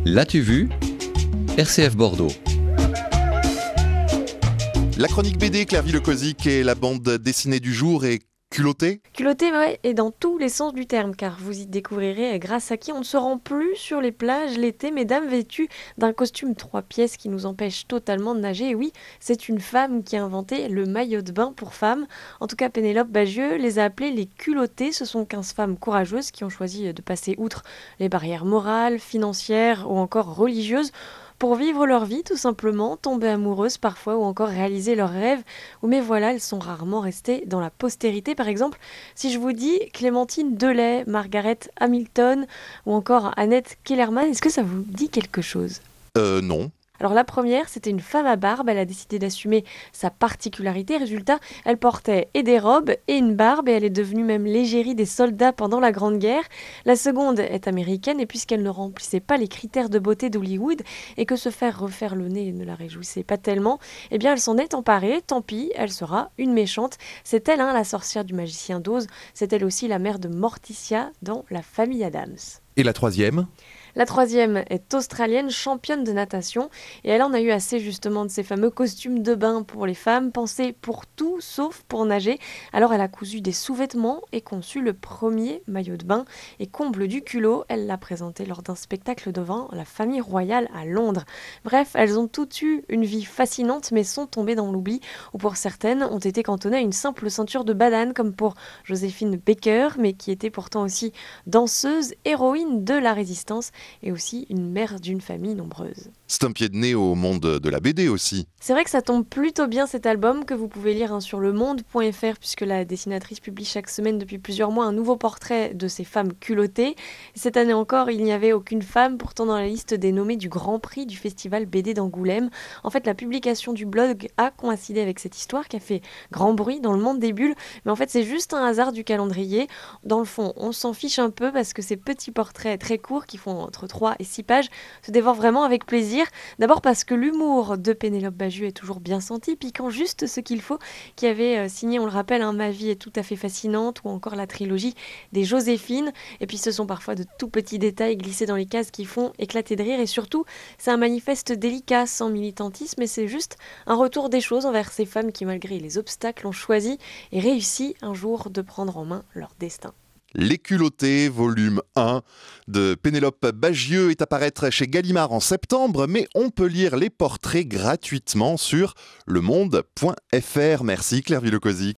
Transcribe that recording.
L'as-tu vu? RCF Bordeaux. La chronique BD, Claire Villekozic, et la bande dessinée du jour est culottée. Culottée, ouais, et dans tous les sens du terme, car vous y découvrirez grâce à qui on ne se rend plus sur les plages l'été, mesdames vêtues d'un costume 3 pièces qui nous empêche totalement de nager. Et oui, c'est une femme qui a inventé le maillot de bain pour femmes. En tout cas, Pénélope Bagieux les a appelées les culottées. Ce sont 15 femmes courageuses qui ont choisi de passer outre les barrières morales, financières ou encore religieuses pour vivre leur vie tout simplement, tomber amoureuses parfois ou encore réaliser leurs rêves. Mais voilà, elles sont rarement restées dans la postérité. Par exemple, si je vous dis Clémentine Delay, Margaret Hamilton ou encore Annette Kellerman, est-ce que ça vous dit quelque chose ? Non. Alors la première, c'était une femme à barbe, elle a décidé d'assumer sa particularité. Résultat, elle portait et des robes et une barbe et elle est devenue même l'égérie des soldats pendant la Grande Guerre. La seconde est américaine et puisqu'elle ne remplissait pas les critères de beauté d'Hollywood et que se faire refaire le nez ne la réjouissait pas tellement, eh bien elle s'en est emparée, tant pis, elle sera une méchante. C'est elle, la sorcière du magicien d'Oz, c'est elle aussi la mère de Morticia dans La Famille Addams. Et la troisième ? La troisième est australienne, championne de natation, et elle en a eu assez justement de ces fameux costumes de bain pour les femmes, pensés pour tout sauf pour nager. Alors elle a cousu des sous-vêtements et conçu le premier maillot de bain, et comble du culot, elle l'a présenté lors d'un spectacle devant la famille royale à Londres. Bref, elles ont toutes eu une vie fascinante, mais sont tombées dans l'oubli, ou pour certaines ont été cantonnées à une simple ceinture de banane, comme pour Joséphine Baker, mais qui était pourtant aussi danseuse, héroïne de la résistance, et aussi une mère d'une famille nombreuse. C'est un pied de nez au monde de la BD aussi. C'est vrai que ça tombe plutôt bien cet album que vous pouvez lire sur lemonde.fr puisque la dessinatrice publie chaque semaine depuis plusieurs mois un nouveau portrait de ces femmes culottées. Cette année encore, il n'y avait aucune femme pourtant dans la liste des nommées du Grand Prix du Festival BD d'Angoulême. En fait, la publication du blog a coïncidé avec cette histoire qui a fait grand bruit dans le monde des bulles, mais en fait c'est juste un hasard du calendrier. Dans le fond, on s'en fiche un peu parce que ces petits portraits très courts qui font entre 3 et 6 pages se dévorent vraiment avec plaisir. D'abord parce que l'humour de Pénélope Bagieux est toujours bien senti, piquant juste ce qu'il faut, qui avait signé, on le rappelle, Ma vie est tout à fait fascinante, ou encore la trilogie des Joséphine. Et puis ce sont parfois de tout petits détails glissés dans les cases qui font éclater de rire, et surtout, c'est un manifeste délicat, sans militantisme, et c'est juste un retour des choses envers ces femmes qui, malgré les obstacles, ont choisi et réussi un jour de prendre en main leur destin. Les culottés, volume 1 de Pénélope Bagieux est à paraître chez Gallimard en septembre, mais on peut lire les portraits gratuitement sur lemonde.fr. Merci Claire Villekozic.